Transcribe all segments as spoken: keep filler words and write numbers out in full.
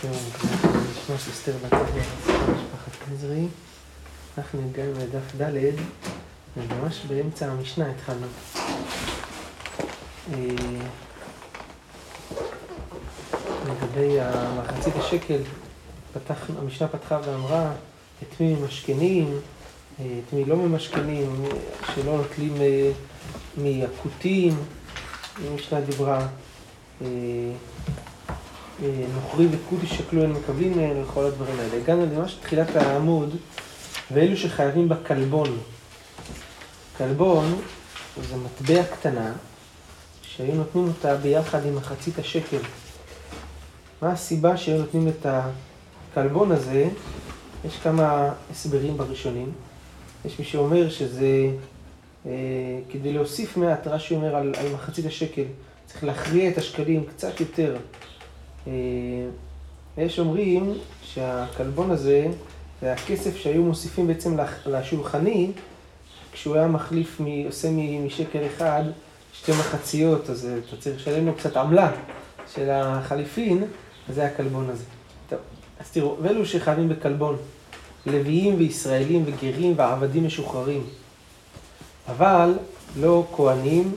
היום נשמע של אסתר בת אביה, משפחת עזרי. אנחנו הגענו לדף ד' וממש באמצע המשנה התחלנו. לגבי מחצית השקל, פתח, המשנה פתחה ואמרה את מי ממשכנים, את מי לא ממשכנים, שלא נוטלים מהכותים. המשנה דיברה נוכרי וקודש שקלו אין מקבלים מהם וכל הדברים האלה. הגענו לממש תחילת העמוד, ואלו שחייבים בכלבון. כלבון זה מטבע קטנה שהיו נותנים אותה ביחד עם מחצית השקל. מה הסיבה שהיו נותנים את הכלבון הזה? יש כמה הסברים בראשונים. יש מי שאומר שזה אה, כדי להוסיף מעט, רש"י אומר על, על מחצית השקל, צריך להכריע את השקלים קצת יותר. אה, יש אומרים שהכלבון הזה זה הכסף שהיו מוסיפים בעצם לשולחני, כשהוא היה מחליף, מ, עושה משקל אחד שתי מחציות, אז אתה צריך לשלם לו קצת עמלה של החליפין, אז זה הכלבון הזה. טוב, אז תראו, ואלו שחייבים בכלבון, לוויים וישראלים וגרים ועבדים משוחררים, אבל לא כהנים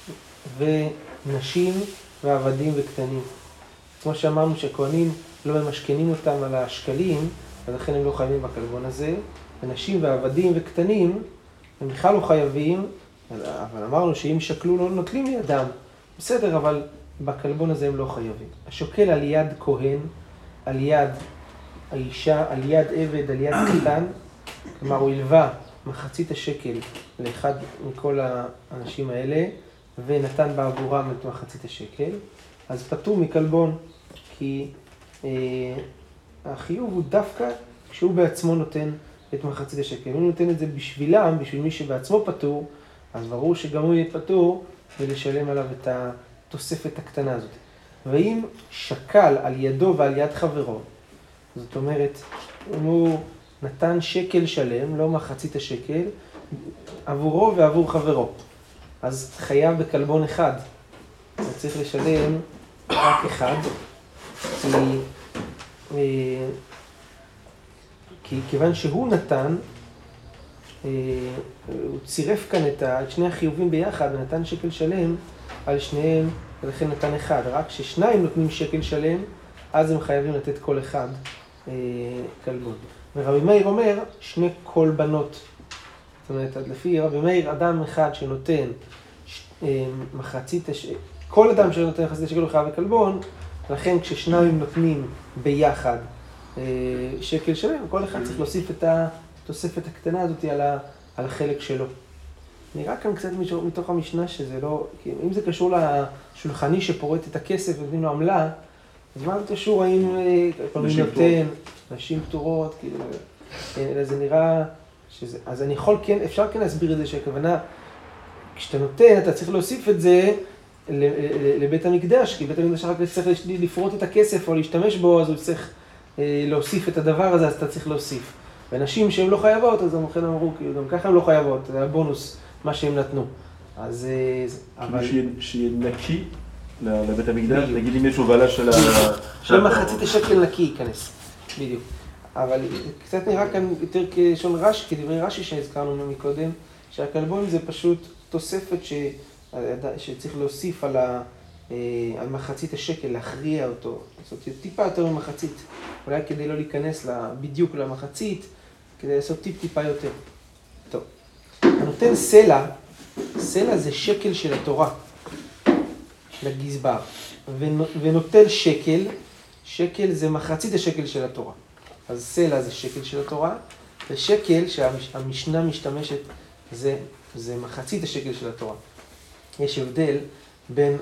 ונשים ועבדים וקטנים. כמו שאמרנו שהכהנים לא ממשכנים אותם על השקלים, ולכן הם לא חייבים בכלבון הזה, ונשים ועבדים וקטנים הם בכלל לא חייבים, אבל אמרנו שאם שקלו לא נוטלים מידם, בסדר, אבל בכלבון הזה הם לא חייבים. השוקל על יד כהן, על יד האישה, על יד עבד, על יד קטן, כלומר הוא הלווה מחצית השקל לאחד מכל האנשים האלה, ונתן בעבורם את מחצית השקל, אז פטור מכלבון, כי אה, החיוב הוא דווקא כשהוא בעצמו נותן את מחצית השקל. אם הוא נותן את זה בשבילם, בשביל מי שבעצמו פטור, אז ברור שגם הוא יהיה פטור ולשלם עליו את התוספת הקטנה הזאת. ואם שקל על ידו ועל יד חברו, זאת אומרת, אם הוא נתן שקל שלם, לא מחצית השקל, עבורו ועבור חברו, אז חייב בכלבון אחד. הוא צריך לשלם רק אחד, כי, כי כיוון שהוא נתן, הוא צירף כאן את שני החיובים ביחד ונתן שקל שלם על שניהם, ולכן נתן אחד. רק ששניים נותנים שקל שלם, אז הם חייבים לתת כל אחד כלבון. ורבי מאיר אומר שני קולבנות. זאת אומרת, לפי רבי מאיר, אדם אחד שנותן מחצית השקל, כל אדם שנותן מחצית השקל הוא חייב בכלבון, לכן כששניים נותנים ביחד שקל שלם, כל אחד צריך להוסיף את התוספת הקטנה הזאת על, ה, על החלק שלו. נראה כאן קצת מתוך המשנה שזה לא, אם זה קשור לשולחני שפורט את הכסף ונותנים לו עמלה, אז מה זה קשור האם מי נותן, נשים פטורות, כאילו, אלא זה נראה שזה, אז אני יכול כן, אפשר כן להסביר את זה שהכוונה, כשאתה נותן אתה צריך להוסיף את זה לבית המקדש, כי בית המקדש רק צריך לפרוט את הכסף או להשתמש בו, אז הוא צריך להוסיף את הדבר הזה, אז אתה צריך להוסיף. ואנשים שהם לא חייבות, אז המוכן אמרו, גם ככה הם לא חייבות, זה הבונוס, מה שהם נתנו. אז, אבל... שיהיה נקי לבית המקדש, נגיד אם יש הובלה של ה... של מחצית השקל נקי ייכנס, בדיוק. אבל קצת נראה כאן יותר כשון רש"י, כדברי רש"י שהזכרנו מקודם, שהכלבון זה פשוט תוספת ש... שצריך להוסיף על, ה... על מחצית השקל, להכריע אותו. זאת אומרת, טיפה יותר ממחצית. אולי כדי לא להיכנס בדיוק למחצית, כדי לעשות טיפ טיפה יותר. טוב. הנותן סלע, סלע זה שקל של התורה, לגזבר. ונוטל שקל, שקל זה מחצית השקל של התורה. אז סלע זה שקל של התורה, ושקל שהמשנה משתמשת זה, זה מחצית השקל של התורה. יש הבדל בין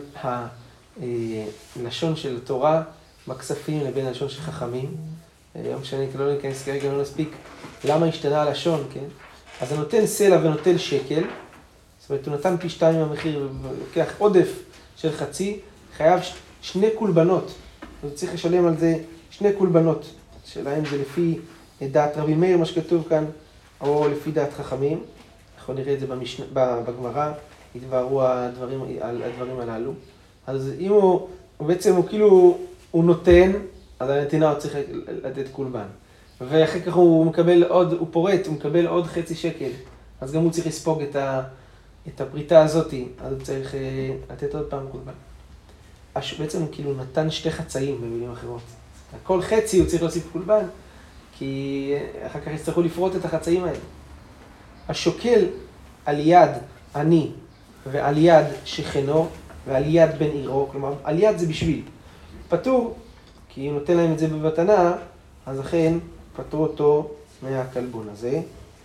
הלשון של התורה בכספים לבין הלשון של חכמים. יום שאני לא ניכנס כרגע, לא נספיק למה השתנה הלשון, כן? אז הוא נותן סלע ונוטל שקל, זאת אומרת, הוא נתן פי שתיים מהמחיר ולוקח עודף של חצי, חייב שני קולבנות, הוא צריך לשלם על זה שני קולבנות, שלהם זה לפי דעת רבי מאיר, מה שכתוב כאן, או לפי דעת חכמים, אנחנו נראה את זה במשנה, בגמרא, יתבארו הדברים, הדברים הללו. אז אם הוא, הוא בעצם הוא כאילו, הוא נותן, אז הנתינה עוד צריך לתת קורבן. ואחר כך הוא מקבל עוד, הוא פורט, הוא מקבל עוד חצי שקל. אז גם הוא צריך לספוג את, ה, את הפריטה הזאת, אז הוא צריך לתת עוד פעם קורבן. בעצם הוא כאילו נתן שתי חצאים במילים אחרות. כל חצי הוא צריך להוסיף קורבן, כי אחר כך יצטרכו לפרוט את החצאים האלה. השוקל על יד עני ועל יד שכנו ועל יד בן עירו, כלומר על יד זה בשביל. פטור, כי הוא נותן להם את זה במתנה, אז לכן פטרו אותו מהכלבון הזה.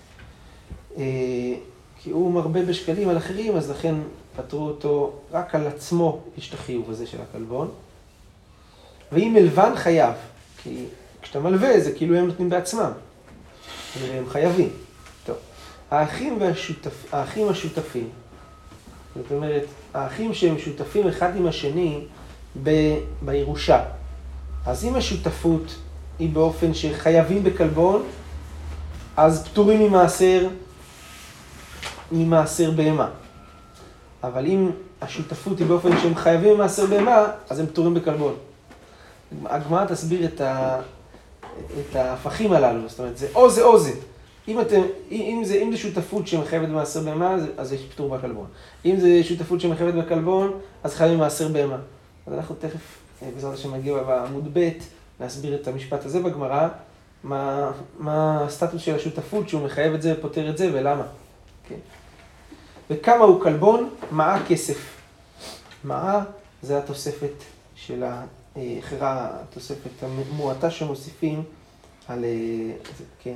כי הוא מרבה בשקלים על אחרים, אז לכן פטרו אותו רק על עצמו, יש את החיוב הזה של הכלבון. ואם מלבן חייב, כי כשאתה מלווה זה כאילו הם נותנים בעצמם, הם חייבים. טוב, האחים, והשותפ... האחים השותפים, זאת אומרת, האחים שהם שותפים אחד עם השני ב... בירושה, אז אם השותפות היא באופן שחייבים בכלבון, אז פטורים ממעשר, ממעשר בהמה. אבל אם השותפות היא באופן שהם חייבים ממעשר בהמה, אז הם פטורים בכלבון. הגמרא תסביר את, ה... את ההפכים הללו, זאת אומרת, זה או זה או זה. אם, אתם, אם, זה, אם זה שותפות שמחייבת במעשר בהמה, אז יש פטור בכלבון. אם זה שותפות שמחייבת בכלבון, אז חייבים במעשר בהמה. אז אנחנו תכף, בעזרת השם מגיע בעמוד ב', להסביר את המשפט הזה בגמרא, מה, מה הסטטוס של השותפות שהוא מחייב את זה ופותר את זה ולמה. כן. וכמה הוא כלבון? מעה כסף. מעה זה התוספת של האחרה, התוספת המועטה שמוסיפים על, כן.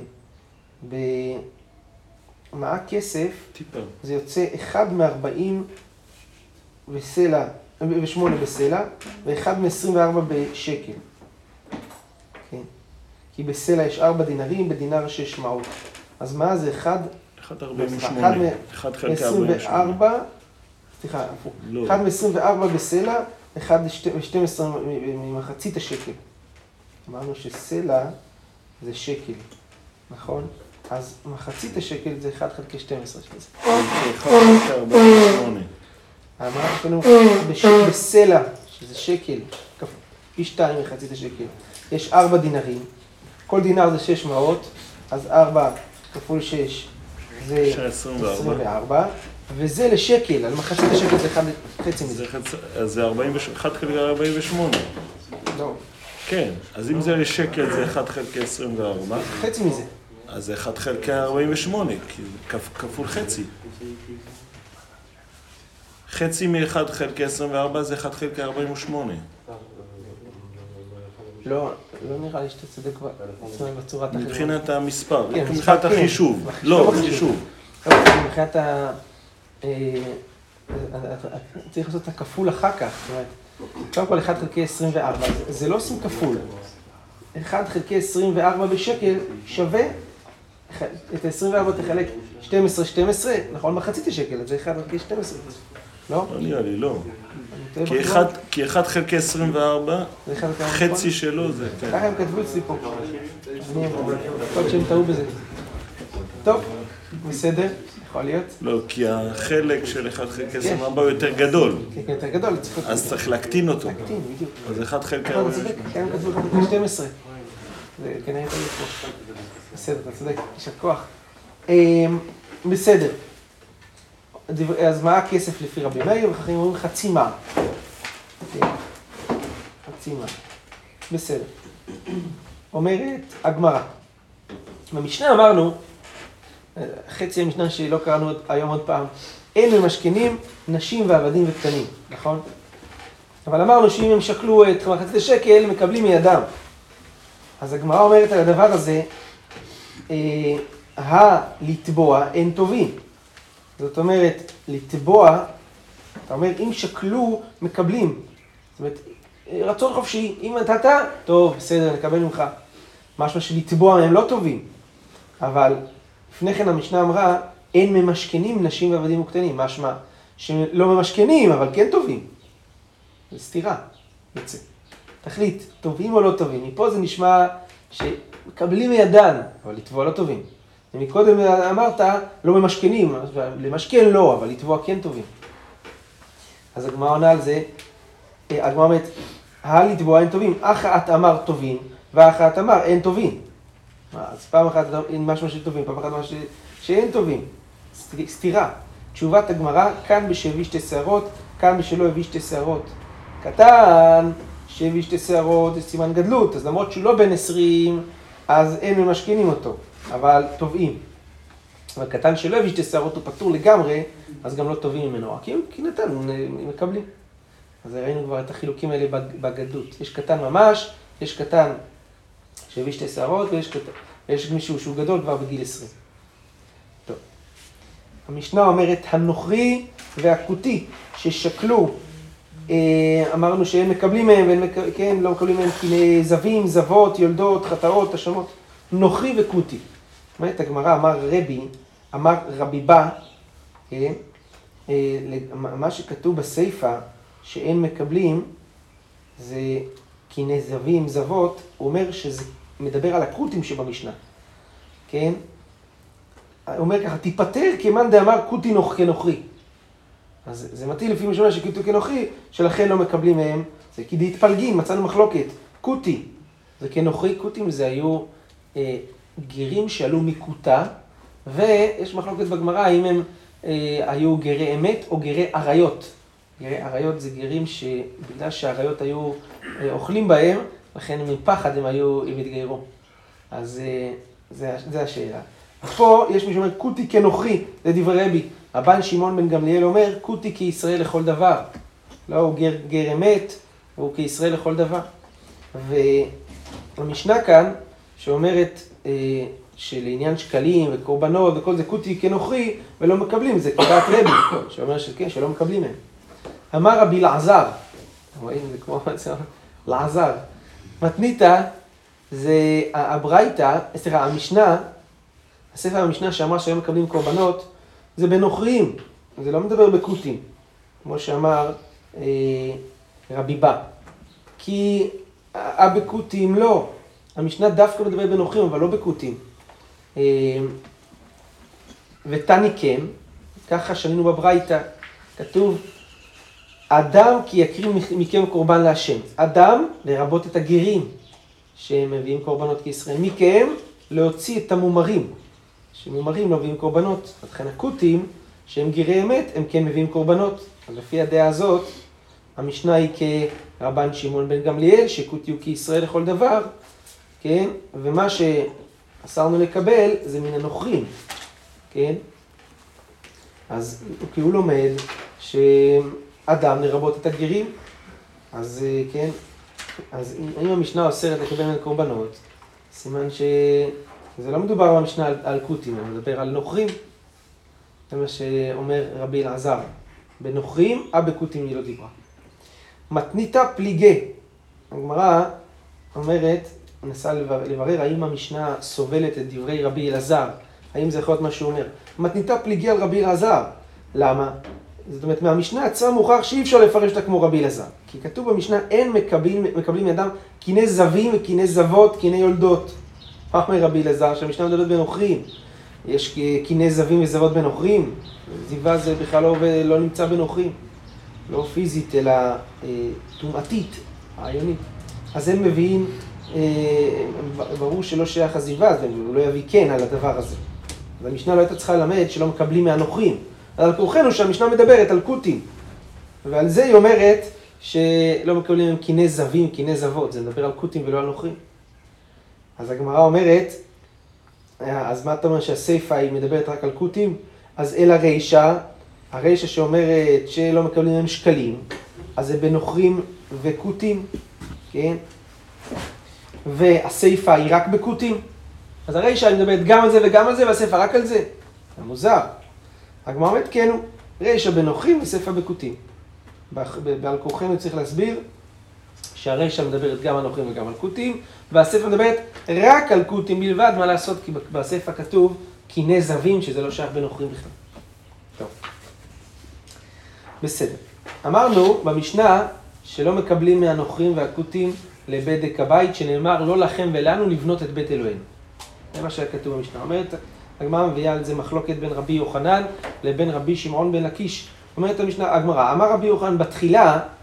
במעה כסף טיפה. זה יוצא אחד מארבעים בסלע, ושמונה בסלע, ואחד מעשרים וארבע בשקל. כן. כי בסלע יש ארבע דינרים, בדינר שש מעות. אז מה זה? אחד... אחד ארבעים ושמונה. אחד חלקי ארבעים ושמונה. סליחה, אחד מ-עשרים וארבע בסלע, אחד ושתים עשרה ממחצית השקל. אמרנו שסלע זה שקל, נכון? אז מחצית השקל זה אחד חלקי שתים עשרה. אחד חלקי ארבעים ושמונה. אמרנו בסלע, שזה שקל, פי שתיים מחצית השקל. יש ארבע דינרים, כל דינר זה שש מאות, אז ארבע כפול שש זה עשרים וארבע, וזה לשקל, על מחצית השקל זה אחד חצי מזה. אז זה אחד חלקי ארבעים ושמונה. לא. כן, אז אם זה לשקל זה אחד חלקי עשרים וארבע. חצי מזה. אז זה אחד חלקי ארבעים ושמונה, כפול חצי. חצי מ-אחד חלקי עשרים וארבע זה אחד חלקי ארבעים ושמונה. לא, לא נראה לי שאתה צודק בצורת החשבון. מבחינת המספר, מבחינת החישוב. לא, חישוב. מבחינת ה... צריך לעשות את הכפול אחר כך. זאת אומרת, קודם כל אחד חלקי עשרים וארבע, זה לא עושים כפול. אחד חלקי עשרים וארבע בשקל שווה, את ה-עשרים וארבע תחלק שתים עשרה שתים עשרה, נכון? מחצית השקל, אז זה אחד חלקי שתים עשרה. לא? לא נראה לי, לא. כי אחד חלקי עשרים וארבע, חצי שלו זה... ככה הם כתבו אצלי פה. כל שהם טעו בזה. טוב, בסדר, יכול להיות. לא, כי החלק של אחד חלקי עשרים וארבע הוא יותר גדול. כן, יותר גדול. אז צריך להקטין אותו. להקטין, בדיוק. אז אחד חלקי ארבע. כן, הם כתבו אחד חלקי שתים עשרה. זה כנראה תמיד פה. בסדר, אתה צודק, יש כוח. בסדר. אז מה הכסף לפי רבי מאיר? וחכמים אומרים חצי מה. חצי מה. בסדר. אומרת הגמרא. במשנה אמרנו, חצי המשנה שלא קראנו היום עוד פעם, אין ממשכנים נשים ועבדים וקטנים, נכון? אבל אמרנו שאם הם שקלו את מחצית השקל, מקבלים מידם. אז הגמרא אומרת על הדבר הזה, הלתבוע אין טובים. זאת אומרת, לתבוע, אתה אומר, אם שקלו, מקבלים. זאת אומרת, רצון חופשי, אם נתת, טוב, בסדר, נקבל ממך. משמע שלתבוע מהם לא טובים. אבל לפני כן המשנה אמרה, אין ממשכנים נשים ועבדים וקטנים. משמע שלא ממשכנים, אבל כן טובים. זה סתירה. יוצא. תחליט, טובים או לא טובים. מפה זה נשמע שמקבלים מידן, אבל לתבוע לא טובים. ומקודם אמרת, לא ממשכנים, למשכן לא, אבל לתבוע כן טובים. אז הגמרא עונה על זה, הגמרא אומרת, הלתבוע אין טובים, אחת אמר טובים, ואחת אמר אין טובים. אז פעם אחת אין משהו שטובים, פעם אחת משהו שאין טובים. סתירה. תשובת הגמרא, כאן בשהביא שתי שערות, כאן בשלא הביא שתי שערות. קטן, שהביא שתי שערות, זה סימן גדלות, אז למרות שהוא לא בן עשרים, אז אין ממשכנים אותו, אבל טובים. אבל קטן שלא הביא שתי שערות הוא פטור לגמרי, אז גם לא טובים ממנו, כי, כי נתן, הם מקבלים. אז ראינו כבר את החילוקים האלה בגדלות. יש קטן ממש, יש קטן שהביא שתי שערות, ויש, קטן, ויש מישהו שהוא גדול כבר בגיל עשרים. טוב. המשנה אומרת, הנוכרי והכותי ששקלו, אמרנו שהם מקבלים מהם, והם, כן, לא מקבלים מהם כיני זבים, זבות, יולדות, חטאות, השמות, נוכרי וכותי. אומרת הגמרא, אמר רבי, אמר רבי בא, כן, מה שכתוב בסייפה, שהם מקבלים, זה כיני זבים, זבות, הוא אומר שזה מדבר על הכותים שבמשנה, כן? הוא אומר ככה, תיפטר כמאן דאמר כותי נוח כנוכרי. אז זה מתאים לפי משמע שכותי כנוכרי, שלכן לא מקבלים מהם, זה כי להתפלגים, מצאנו מחלוקת, כותי. זה כנוכרי, כותים זה היו אה, גרים שעלו מכותה, ויש מחלוקת בגמרא, האם הם אה, היו גרי אמת או גרי עריות. גרי עריות זה גרים שבגלל שהעריות היו אה, אוכלים בהם, לכן מפחד הם היו, הם התגיירו. אז אה, זה, זה השאלה. פה יש מי שאומר, כותי כנוכרי, זה דברי רבי. רבן שמעון בן גמליאל אומר, כותי כישראל לכל דבר. לא, הוא גר, גר אמת, הוא כישראל לכל דבר. והמשנה כאן, שאומרת אה, שלעניין שקלים וקורבנות וכל זה, כותי כנוכרי, ולא מקבלים, זה כדעת רבי, שאומר שכן, שלא מקבלים מהם. אמר רבי לעזר, רואים, זה כמו לעזר. מתניתא, זה הברייתא, סליחה, המשנה, הספר המשנה שאמר שהם מקבלים קורבנות, זה בנוכרים, זה לא מדבר בכותים, כמו שאמר אה, רבי בא. כי הבכותים לא, המשנה דווקא מדבר בנוכרים, אבל לא בכותים. אה, ותני כן, ככה שנינו בברייתא, כתוב, אדם כי יקרים מכם קורבן להשם. אדם, לרבות את הגרים, שהם מביאים קורבנות כישראל. מכם, להוציא את המומרים. שמומרים לא מביאים קורבנות. לכן הכותים, שהם גרי אמת, הם כן מביאים קורבנות. אז לפי הדעה הזאת, המשנה היא כרבן שמעון בן גמליאל, שכותי הוא כישראל לכל דבר, כן? ומה שאסרנו לקבל זה מן הנוכרים, כן? אז כי הוא לומד שאדם לרבות את הגרים, אז כן, אז אם המשנה אוסרת לקבל מן קורבנות, סימן שזה לא מדובר במשנה על, על כותים, הוא מדבר על נוכרים. זה מה שאומר רבי אלעזר. בנוכרים, אה בכותים היא לא דיברה. מתניתא פליגי. הגמרא אומרת, נסה לברר האם המשנה סובלת את דברי רבי אלעזר. האם זה יכול להיות מה שהוא אומר. מתניתא פליגי על רבי אלעזר. למה? זאת אומרת, מהמשנה עצמה מוכרח שאי אפשר לפרש אותה כמו רבי אלעזר. כי כתוב במשנה, אין מקבלים, מקבלים מאדם קיני זבים וקיני זבות, קיני יולדות. מה אומר רבי אלעזר? שהמשנה מדברת בנוכרים. יש קיני זבים וזבות בנוכרים. זיווה זה בכלל לא, לא נמצא בנוכרים. לא פיזית, אלא אה, תומעתית, רעיונית. אז הם מביאים, אה, ברור שלא שייך הזיווה, אז הוא לא יביא כן על הדבר הזה. אז המשנה לא הייתה צריכה ללמד שלא מקבלים מהנוכרים. אז על כורחנו שהמשנה מדברת על כותים. ועל זה היא אומרת שלא מקבלים עם קיני זבים, קיני זבות. זה מדבר על כותים ולא על נוכרים. אז הגמרא אומרת, אז מה אתה אומר שהסייפה היא מדברת רק על כותים? אז אל הרישה, הרישה שאומרת שלא מקבלים עם שקלים, אז זה בנוכרים וכותים, כן? והסייפה היא רק בכותים. אז הרישה היא מדברת גם על זה וגם על זה, והסייפה רק על זה. זה מוזר. הגמרא אומרת כן הוא, רישה בנוכרים וסייפה בכותים. בעל כורחנו צריך להסביר שהרישה מדברת גם על נוכרים וגם על כותים, והסייפה מדברת רק על כותים בלבד, מה לעשות? כי בסייפה כתוב קיני זבים, שזה לא שייך בנוכרים בכלל. טוב. בסדר. אמרנו במשנה שלא מקבלים מהנוכרים והכותים לבדק הבית, שנאמר לא לכם ולנו לבנות את בית אלוהינו. זה מה שכתוב במשנה. אומרת, הגמרא מביאה על זה מחלוקת בין רבי יוחנן לבין רבי שמעון בן לקיש. אומרת המשנה, הגמרא, אמר רבי יוחנן בתחילה,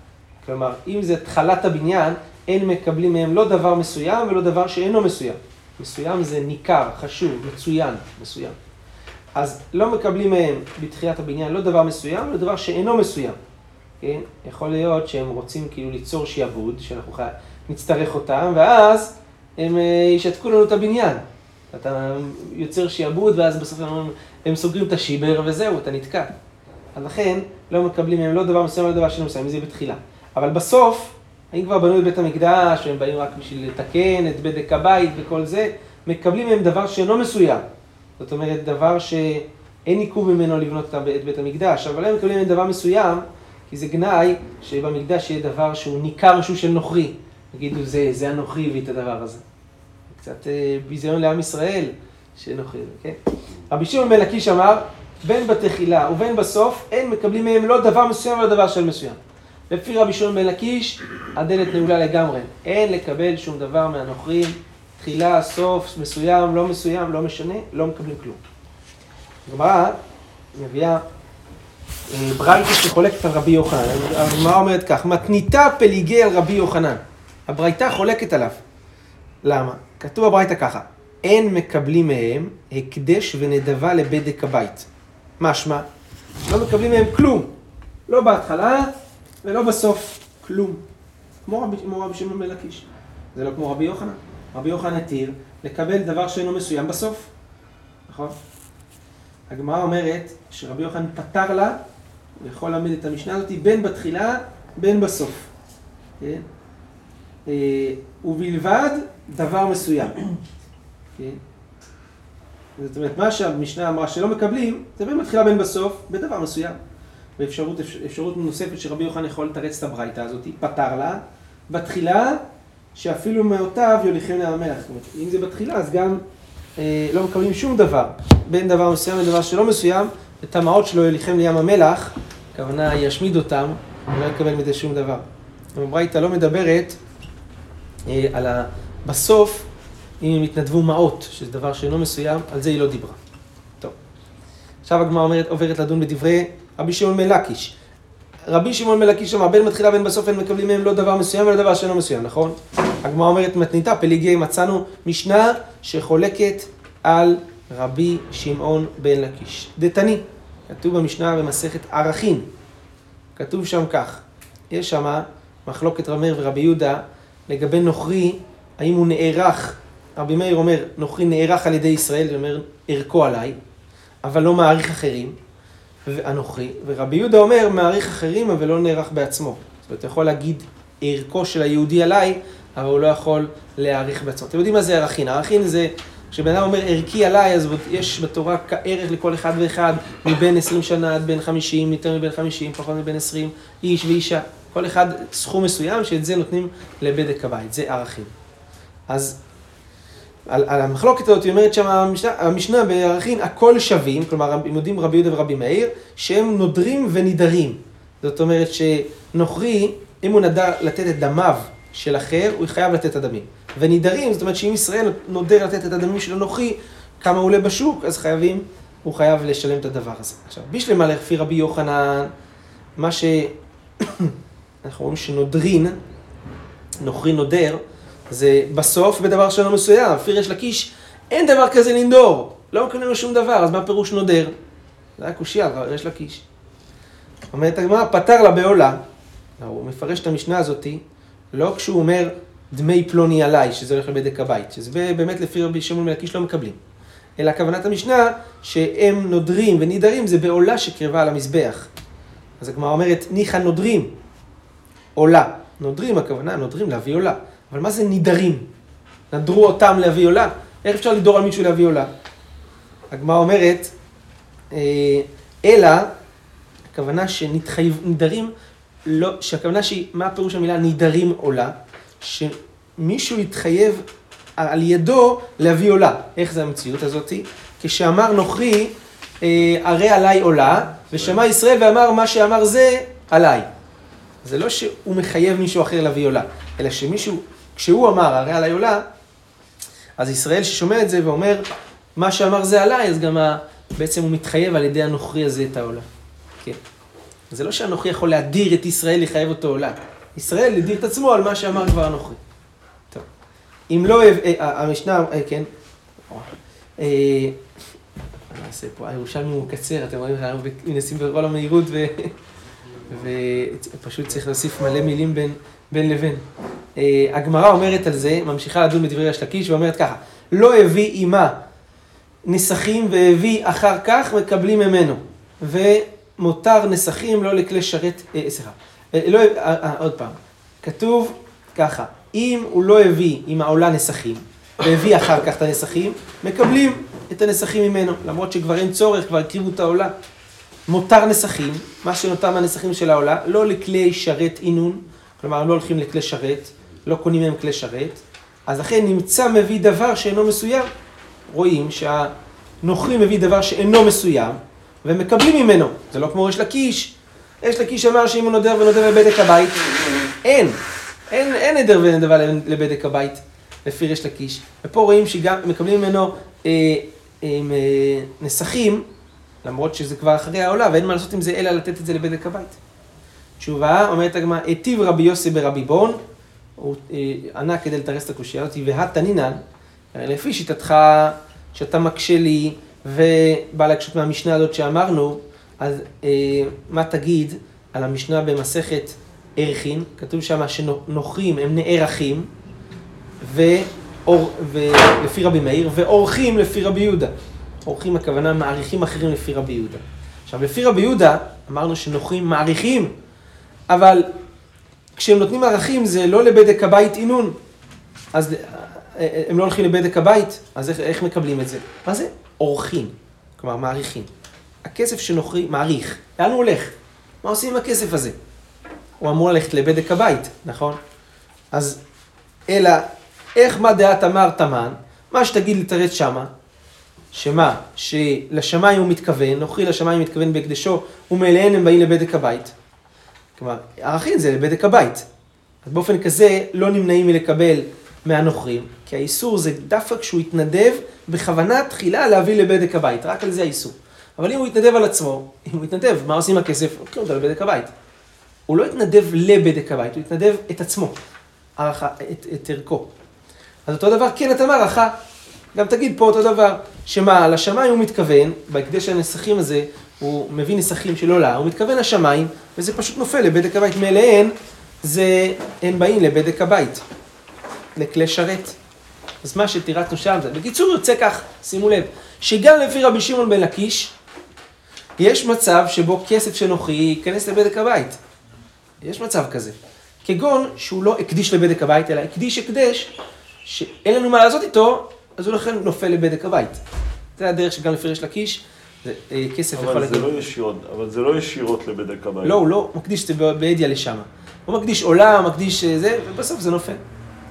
כלומר, אם זה התחלת הבניין, אין מקבלים מהם לא דבר מסוים ולא דבר שאינו מסוים. מסוים זה ניכר, חשוב, מצוין, מסוים. אז לא מקבלים מהם בתחילת הבניין לא דבר מסוים ולא דבר שאינו מסוים. כן? יכול להיות שהם רוצים כאילו ליצור שיעבוד, שאנחנו חי... נצטרך אותם, ואז הם ישתקו לנו את הבניין. אתה יוצר שיעבוד, ואז בסוף הם, הם סוגרים את השיבר, וזהו, אתה נתקע. אז לכן, לא מקבלים מהם לא דבר מסוים, לא דבר שאינו מסוים, זה בתחילה. אבל בסוף, אם כבר בנו את בית המקדש, והם באים רק בשביל לתקן את בדק הבית וכל זה, מקבלים מהם דבר שאינו מסוים. זאת אומרת, דבר שאין עיכוב ממנו לבנות את בית המקדש, אבל הם מקבלים מהם דבר מסוים, כי זה גנאי שבמקדש יהיה דבר שהוא ניכר משהו של נוכרי. נגידו, זה, זה הנוכרי הביא את הדבר הזה. קצת ביזיון לעם ישראל שנוכרי, כן? רבי שמעון בן לקיש אמר, בין בתחילה ובין בסוף, אין מקבלים מהם לא דבר מסוים ולא דבר של מסוים. לפי רבי שמעון בן לקיש, הדלת נעולה לגמרי. אין לקבל שום דבר מהנוכרים, תחילה, סוף, מסוים, לא מסוים, לא משנה, לא מקבלים כלום. הגמרא מביאה ברייתא שחולקת על רבי יוחנן. הגמרא אומרת כך, מתניתא פליגי על רבי יוחנן. הברייתא חולקת עליו. למה? כתוב בברייתא ככה, אין מקבלים מהם הקדש ונדבה לבדק הבית. משמע, לא מקבלים מהם כלום. לא בהתחלה ולא בסוף. כלום. כמו רבי, כמו רבי שמעון בן לקיש. זה לא כמו רבי יוחנן. רבי יוחנן התיר לקבל דבר שאינו מסוים בסוף. נכון? הגמרא אומרת שרבי יוחנן פתר לה, הוא יכול להעמיד את המשנה הזאת בין בתחילה בין בסוף. כן? ובלבד דבר מסוים. כן? זאת אומרת, מה שהמשנה אמרה שלא מקבלים, זה בין בתחילה בין בסוף, בדבר מסוים. ואפשרות אפשרות נוספת שרבי יוחנן יכול לתרץ את הברייתא הזאת, פתר לה, בתחילה, שאפילו מאותיו יוליכים לים המלח. זאת אומרת, אם זה בתחילה, אז גם אה, לא מקבלים שום דבר, בין דבר מסוים לדבר שלא מסוים, וטמעות שלו יוליכם לים המלח, הכוונה ישמיד אותם, ולא יקבל מזה שום דבר. הברייתא לא מדברת אה, על ה... בסוף, אם הם התנדבו מעות, שזה דבר שאינו מסוים, על זה היא לא דיברה. טוב. עכשיו הגמרא אומרת, עוברת לדון בדברי רבי שמעון בן לקיש. רבי שמעון בן לקיש אמר, בין מתחילה בין בסוף, הם מקבלים מהם לא דבר מסוים ולא דבר שאינו מסוים, נכון? הגמרא אומרת, מתניתא פליגי, מצאנו משנה שחולקת על רבי שמעון בן לקיש. דתני, כתוב במשנה במסכת ערכין. כתוב שם כך, יש שם מחלוקת רבי מאיר ורבי יהודה לגבי נוכרי, האם הוא נערך, רבי מאיר אומר, נוכרי נערך על ידי ישראל, זה אומר, ערכו עליי, אבל לא מעריך אחרים, הנוכרי, ורבי יהודה אומר, מעריך אחרים, אבל לא נערך בעצמו. זאת אומרת, אתה יכול להגיד ערכו של היהודי עליי, אבל הוא לא יכול להעריך בעצמו. אתם יודעים מה זה ערכין? ערכין זה, כשבן אדם אומר ערכי עליי, אז יש בתורה ערך לכל אחד ואחד, מבין עשרים שנה עד בין חמישים, יותר מבין חמישים, פחות מבין עשרים, איש ואישה. כל אחד סכום מסוים שאת זה נותנים לבדק הבית, זה ערכים. אז על, על המחלוקת הזאת היא אומרת שם המשנה, המשנה בערכים הכל שווים, כלומר הם יודעים רבי יהודה ורבי מאיר, שהם נודרים ונידרים. זאת אומרת שנוכרי, אם הוא נדר לתת את דמיו של אחר, הוא חייב לתת את הדמים. ונידרים, זאת אומרת שאם ישראל נודר לתת את הדמים של הנוכרי, כמה הוא עולה בשוק, אז חייבים, הוא חייב לשלם את הדבר הזה. עכשיו, בשלמה לפי רבי יוחנן, מה ש... אנחנו רואים שנודרין, נוכרי נודר, זה בסוף בדבר שלא מסוים. לפי ריש לקיש, אין דבר כזה לנדור. לא מקבלים לו שום דבר, אז מה פירוש נודר? זה היה קושי על ריש לקיש. אומרת הגמרא, פתר לה בעולה. הוא מפרש את המשנה הזאת, לא כשהוא אומר דמי פלוני עליי, שזה הולך לבדק הבית, שזה באמת לפי רבי שמעון בן לקיש לא מקבלים. אלא כוונת המשנה, שהם נודרים ונידרים, זה בעולה שקרבה על המזבח. אז הגמרא אומרת, ניחא נודרים, עולה. נודרים, הכוונה, נודרים להביא עולה. אבל מה זה נידרים? נדרו אותם להביא עולה? איך אפשר לדור על מישהו להביא עולה? הגמרא אומרת, אלא, הכוונה שנתחייב, נידרים, לא, שהכוונה שהיא, מה הפירוש המילה נידרים עולה? שמישהו יתחייב על ידו להביא עולה. איך זה המציאות הזאת? כשאמר נוכרי, הרי עליי עולה, ושמע ישראל ואמר מה שאמר זה עליי. זה לא שהוא מחייב מישהו אחר להביא עולה, אלא שמישהו, כשהוא אמר הרי עליי עולה, אז ישראל ששומע את זה ואומר מה שאמר זה עליי, אז גם בעצם הוא מתחייב על ידי הנוכרי הזה את העולה. כן. זה לא שהנוכרי יכול להדיר את ישראל לחייב אותו עולה. ישראל הדיר את עצמו על מה שאמר כבר הנוכרי. טוב. אם לא, המשנה, כן. אני אעשה פה, הירושלמי הוא קצר, אתם רואים, אנחנו מנסים בכל המהירות ופשוט צריך להוסיף מלא מילים בין לבין. הגמרא אומרת על זה, ממשיכה לדון בדברי ריש לקיש, ואומרת ככה, לא הביא אימה נסכים והביא אחר כך מקבלים ממנו, ומותר נסכים לא לכלי שרת, אה, סליחה, אה, לא, אה, אה, עוד פעם, כתוב ככה, אם הוא לא הביא עם העולה נסכים, והביא אחר כך את הנסכים, מקבלים את הנסכים ממנו, למרות שכבר אין צורך, כבר הקריבו את העולה. מותר נסכים, מה שנותר מהנסכים של העולה, לא לכלי שרת עינון, כלומר, לא הולכים לכלי שרת, לא קונים מהם כלי שרת, אז לכן נמצא מביא דבר שאינו מסוים. רואים שהנוכרי מביא דבר שאינו מסוים, ומקבלים ממנו. זה לא כמו ריש לקיש. ריש לקיש אמר שאם הוא נודר ונודר לבדק הבית, אין. אין, אין נדר ונודר לבדק הבית, לפי ריש לקיש. ופה רואים שגם מקבלים ממנו אה, אה, אה, נסכים, למרות שזה כבר אחרי העולה, ואין מה לעשות עם זה, אלא לתת את זה לבדק הבית. תשובה, אומרת הגמרא, היטיב רבי יוסי ברבי בון, הוא ענה כדי לתרס את הקושיה הזאת, והתנינן, לפי שיטתך שאתה מקשה לי ובא להקשות מהמשנה הזאת שאמרנו, אז אה, מה תגיד על המשנה במסכת ערכין? כתוב שם שנוכרים הם נערכים, ואור, ולפי רבי מאיר, ואורחים לפי רבי יהודה. אורחים הכוונה מעריכים אחרים לפי רבי יהודה. עכשיו לפי רבי יהודה אמרנו שנוכרים מעריכים, אבל כשהם נותנים ערכים זה לא לבדק הבית עינון, אז הם לא הולכים לבדק הבית, אז איך, איך מקבלים את זה? מה זה? אורחים, כלומר מעריכים. הכסף שנוכרי מעריך, לאן הוא הולך? מה עושים עם הכסף הזה? הוא אמור ללכת לבדק הבית, נכון? אז אלא, איך מה דעת אמר תמן? מה שתגיד לתרץ שמה? שמה? שלשמיים הוא מתכוון, נוכרי לשמיים מתכוון בהקדשו, ומאליהן הם באים לבדק הבית. כלומר, ערכים זה לבדק הבית. אז באופן כזה לא נמנעים מלקבל מהנוכרים, כי האיסור זה דווקא כשהוא יתנדב בכוונה תחילה להביא לבדק הבית, רק על זה האיסור. אבל אם הוא יתנדב על עצמו, אם הוא יתנדב, מה עושים עם הכסף? לוקחים אותו לבדק הבית. הוא לא יתנדב לבדק הבית, הוא יתנדב את עצמו, ערכה, את, את ערכו. אז אותו דבר, כן, אתה מערכה, גם תגיד פה אותו דבר, שמה, לשמיים הוא מתכוון, בהקדש הנסחים הזה, הוא מביא נסחים שלא לה, הוא מתכוון לשמיים, וזה פשוט נופל לבדק הבית מאליהן, זה, הם באים לבדק הבית, לכלי שרת. אז מה שתירתנו שם זה, בקיצור יוצא כך, שימו לב, שגם לפי רבי שמעון בן לקיש, יש מצב שבו כסף שנוכרי ייכנס לבדק הבית. יש מצב כזה. כגון שהוא לא הקדיש לבדק הבית, אלא הקדיש הקדש, שאין לנו מה לעשות איתו, אז הוא לכן נופל לבדק הבית. זה הדרך שגם לפי ריש לקיש, זה כסף יכול להגיד. אבל זה לא ישירות, אבל זה לא ישירות לבדק הבית. לא, הוא לא מקדיש את זה בעדיה לשם. הוא מקדיש עולה, מקדיש זה, ובסוף זה נופל.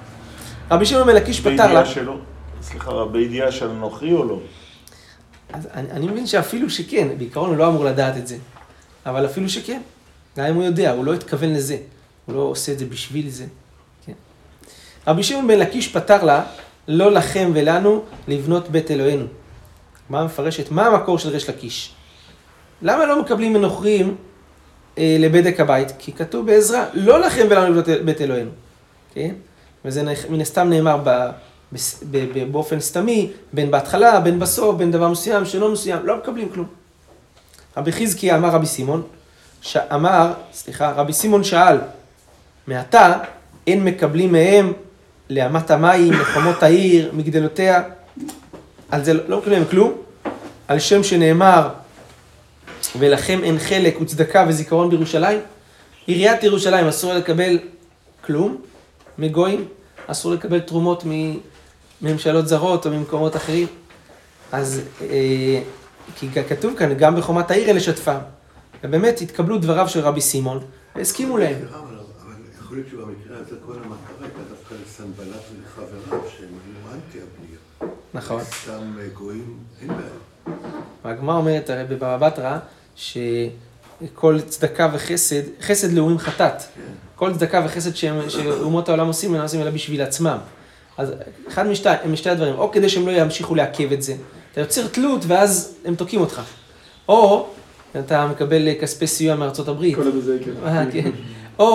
רבי שמעון בן לקיש פתר לה... בידיעה שלו? סליחה, בידיעה של נוכרי או לא? אז אני, אני מבין שאפילו שכן, בעיקרון הוא לא אמור לדעת את זה. אבל אפילו שכן, גם אם הוא יודע, הוא לא התכוון לזה. הוא לא עושה את זה בשביל זה. כן. רבי שמעון בן לקיש פתר לה, לא לכם ולנו לבנות בית אלוהינו. מה מפרשת? מה המקור של ריש לקיש? למה לא מקבלים מנוכרים אה, לבדק הבית? כי כתוב בעזרה, לא לכם ולנו לבנות בית אלוהינו. כן? וזה מן הסתם נאמר ב, ב, ב, באופן סתמי, בין בהתחלה, בין בסוף, בין דבר מסוים, שלא מסוים, לא מקבלים כלום. רבי חזקיה אמר רבי סימון, שאמר, סליחה, רבי סימון שאל, מעתה אין מקבלים מהם לאמת המים, לחומות העיר, מגדלותיה, על זה לא מקבלים כלום, על שם שנאמר, ולכם אין חלק וצדקה וזיכרון בירושלים, עיריית ירושלים אסור לקבל כלום מגויים, אסור לקבל תרומות מממשלות זרות או ממקומות אחרים, אז אה, כי כתוב כאן, גם בחומת העיר אלה שתפם, ובאמת התקבלו דבריו של רבי סימון, והסכימו להם. יכול להיות שבמקרה הזה כל המטרה הייתה דווקא לסנבלת ולחבריו שהם היו אנטי הבנייה. נכון. סתם גויים, אין בעיה. והגמרא אומרת הרי בבבא בתרא, שכל צדקה וחסד, חסד לאומים חטאת. כל צדקה וחסד שאומות העולם עושים, הם עושים אלא בשביל עצמם. אז אחד משתי, משתי הדברים, או כדי שהם לא ימשיכו לעכב את זה, אתה יוצר תלות ואז הם תוקעים אותך. או אתה מקבל כספי סיוע מארצות הברית. כל הבזה, כן. כן. או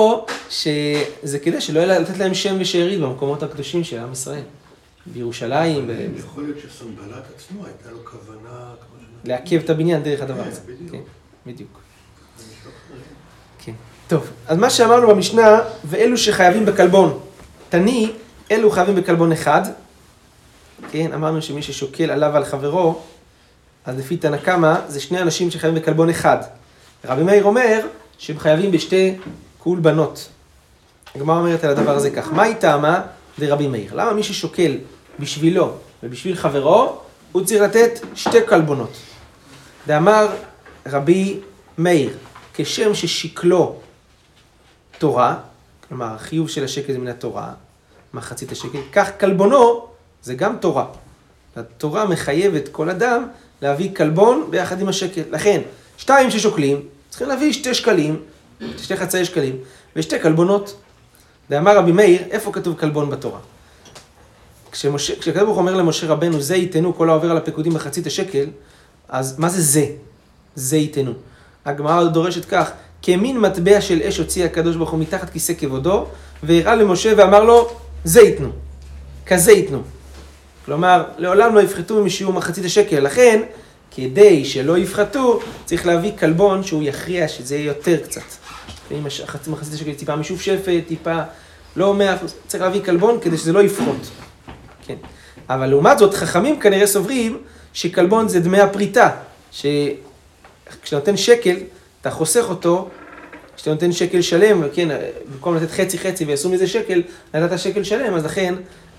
שזה כדי שלא יהיה לתת להם שם ושארית במקומות הקדושים של עם ישראל. בירושלים. יכול להיות שסנבלט עצמו הייתה לו כוונה... לעכב את הבניין דרך הדבר הזה. כן, בדיוק. כן. טוב, אז מה שאמרנו במשנה, ואלו שחייבים בכלבון. תני, אלו חייבים בכלבון אחד. כן, אמרנו שמי ששוקל עליו על חברו, אז לפי תנא קמא, זה שני אנשים שחייבים בכלבון אחד. רבי מאיר אומר שהם חייבים בשתי קולבנות. הגמרא אומרת על הדבר הזה כך, מה היא טעמה דרבי מאיר? למה מי ששוקל בשבילו ובשביל חברו, הוא צריך לתת שתי קלבונות? דאמר רבי מאיר, כשם ששקלו תורה, כלומר החיוב של השקל זה מן התורה, מחצית השקל, כך קלבונו זה גם תורה. התורה מחייבת כל אדם להביא קלבון ביחד עם השקל. לכן, שתיים ששוקלים, צריכים להביא שתי שקלים, שתי חצאי שקלים, ושתי קלבונות. דאמר רבי מאיר, איפה כתוב קלבון בתורה? כשהקדוש ברוך הוא אומר למשה רבנו, זה ייתנו כל העובר על הפקודים בחצית השקל, אז מה זה זה? זה ייתנו. הגמרא דורשת כך, כמין מטבע של אש הוציא הקדוש ברוך הוא מתחת כיסא כבודו, והראה למשה ואמר לו, זה ייתנו. כזה ייתנו. כלומר, לעולם לא יפחתו משיעור מחצית השקל. לכן, כדי שלא יפחתו, צריך להביא קלבון שהוא יכריע שזה יהיה יותר קצת. ואם מחצית השקל טיפה משופשפת, טיפה לא מאה, צריך להביא קלבון כדי שזה לא יפחות. כן. אבל לעומת זאת, חכמים כנראה סוברים שקלבון זה דמי הפריטה, שכשאתה נותן שקל, אתה חוסך אותו, כשאתה נותן שקל שלם, כן, במקום לתת חצי חצי ויעשו מזה שקל, נתת שקל שלם, אז לכן,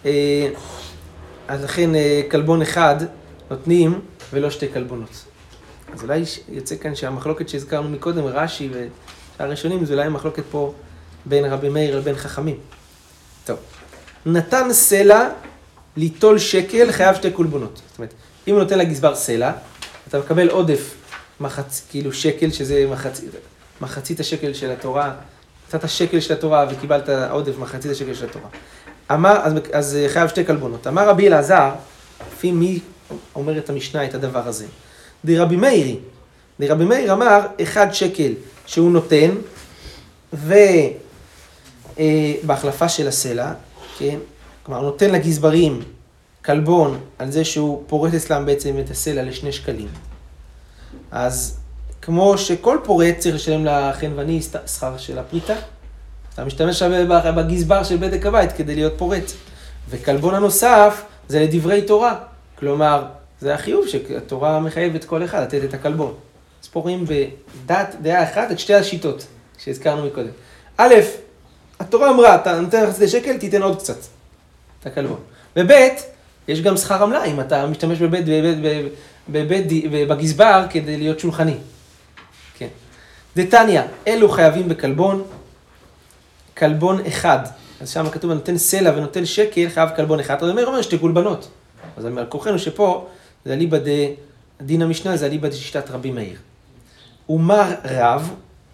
אז לכן קלבון אחד נותנים ולא שתי קלבונות. אז אולי יוצא כאן שהמחלוקת שהזכרנו מקודם, רש"י והראשונים, זה אולי מחלוקת פה בין רבי מאיר לבין חכמים. טוב. נתן סלע ליטול שקל, חייב שתי קלבונות. זאת אומרת, אם הוא נותן לגזבר סלע, אתה מקבל עודף מחצ... כאילו שקל, שזה מחצ... מחצית השקל של התורה, נתת השקל של התורה וקיבלת עודף מחצית השקל של התורה. אמר, אז, אז חייב שתי קלבונות. אמר רבי אלעזר, לפי מי אומר את המשנה את הדבר הזה? דרבי מאירי. דרבי מאיר אמר, אחד שקל שהוא נותן, ובהחלפה של הסלע, כן? כלומר, הוא נותן לגזברים קלבון על זה שהוא פורט אצלם בעצם את הסלע לשני שקלים. אז כמו שכל פורט צריך לשלם לחנווני שכר של הפריטה, אתה משתמש בגזבר של בדק הבית כדי להיות פורט. וקלבון הנוסף זה לדברי תורה. כלומר, זה החיוב שהתורה מחייבת כל אחד לתת את הקלבון. אז פה רואים בדעת דעה אחת את שתי השיטות שהזכרנו מקודם. א', התורה אמרה, אתה נותן חצי שקל, תיתן עוד קצת. את הקלבון. וב', יש גם שכר עמלה, אם אתה משתמש בבית, בבית, בבית, בבית, בגזבר כדי להיות שולחני. כן. דתניא, אלו חייבים בקלבון, קלבון אחד. אז שם כתוב, נותן סלע ונותן שקל, חייב קלבון אחד. אתה אומר, אומר, שתי קולבנות. אז על כוחנו שפה, זה אליבא דין המשנה, זה אליבא דשיטת רבי מאיר. ומר רב,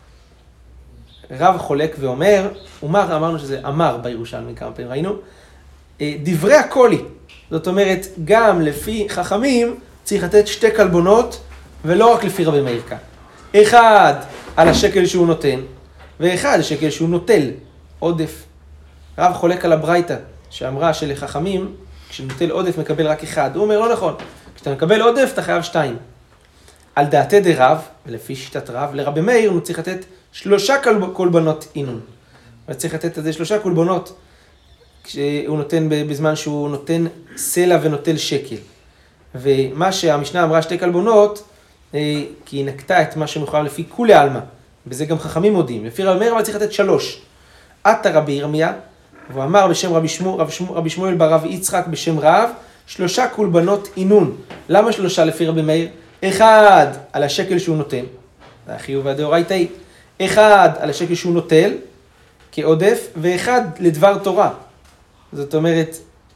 רב חולק ואומר, ומר, אמרנו שזה אמר בירושלמי כמה פעמים ראינו, דברי הקולי. זאת אומרת, גם לפי חכמים צריך לתת שתי קלבונות, ולא רק לפי רבי מאיר כאן. אחד על השקל שהוא נותן, ואחד על השקל שהוא נוטל, עודף. רב חולק על הברייתא, שאמרה שלחכמים, כשנוטל עודף מקבל רק אחד. הוא אומר, לא נכון, כשאתה מקבל עודף אתה חייב שתיים. על דעתי דרב, ולפי שיטת רב, לרבי מאיר הוא צריך לתת שלושה קולבנות אינון. הוא צריך לתת את זה שלושה קולבנות, כשהוא נותן בזמן שהוא נותן סלע ונוטל שקל. ומה שהמשנה אמרה שתי קלבונות, כי היא נקטה את מה שמחויב לפי כולי עלמא. בזה גם חכמים מודים. לפי רבי מאיר אבל צריך לתת שלוש. עתה רבי ירמיה, והוא אמר בשם רבי שמואל, רב שמואל, רבי שמואל ברב יצחק בשם רב, שלושה קולבנות אינון. למה שלושה לפי רבי מאיר? אחד על השקל שהוא נותן, זה החיוב והדאורייתא היא. אחד על השקל שהוא נוטל, כעודף, ואחד לדבר תורה. זאת אומרת,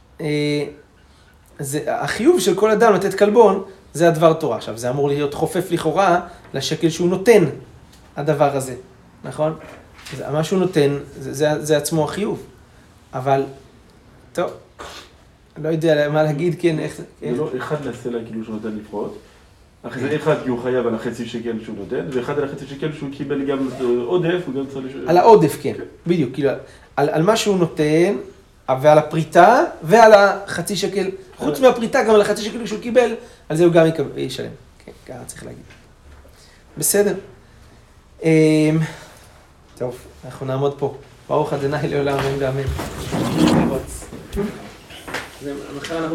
זה, החיוב של כל אדם לתת קלבון, זה הדבר תורה. עכשיו, זה אמור להיות חופף לכאורה לשקל שהוא נותן, הדבר הזה, נכון? זה, מה שהוא נותן, זה, זה, זה עצמו החיוב. אבל, טוב, לא יודע מה להגיד, כן, איך... זה לא אחד לסלע כאילו שנותן לפחות, אחרי זה אחד כי הוא חייב על החצי שקל שהוא נותן, ואחד על החצי שקל שהוא קיבל גם עודף, הוא גם צריך לשלם. על העודף, כן, בדיוק, כאילו, על מה שהוא נותן, ועל הפריטה, ועל החצי שקל, חוץ מהפריטה, גם על החצי שקל שהוא קיבל, על זה הוא גם ישלם. כן, ככה צריך להגיד. בסדר. טוב, אנחנו נעמוד פה. ברוך ה' לעולם, אמן ואמן.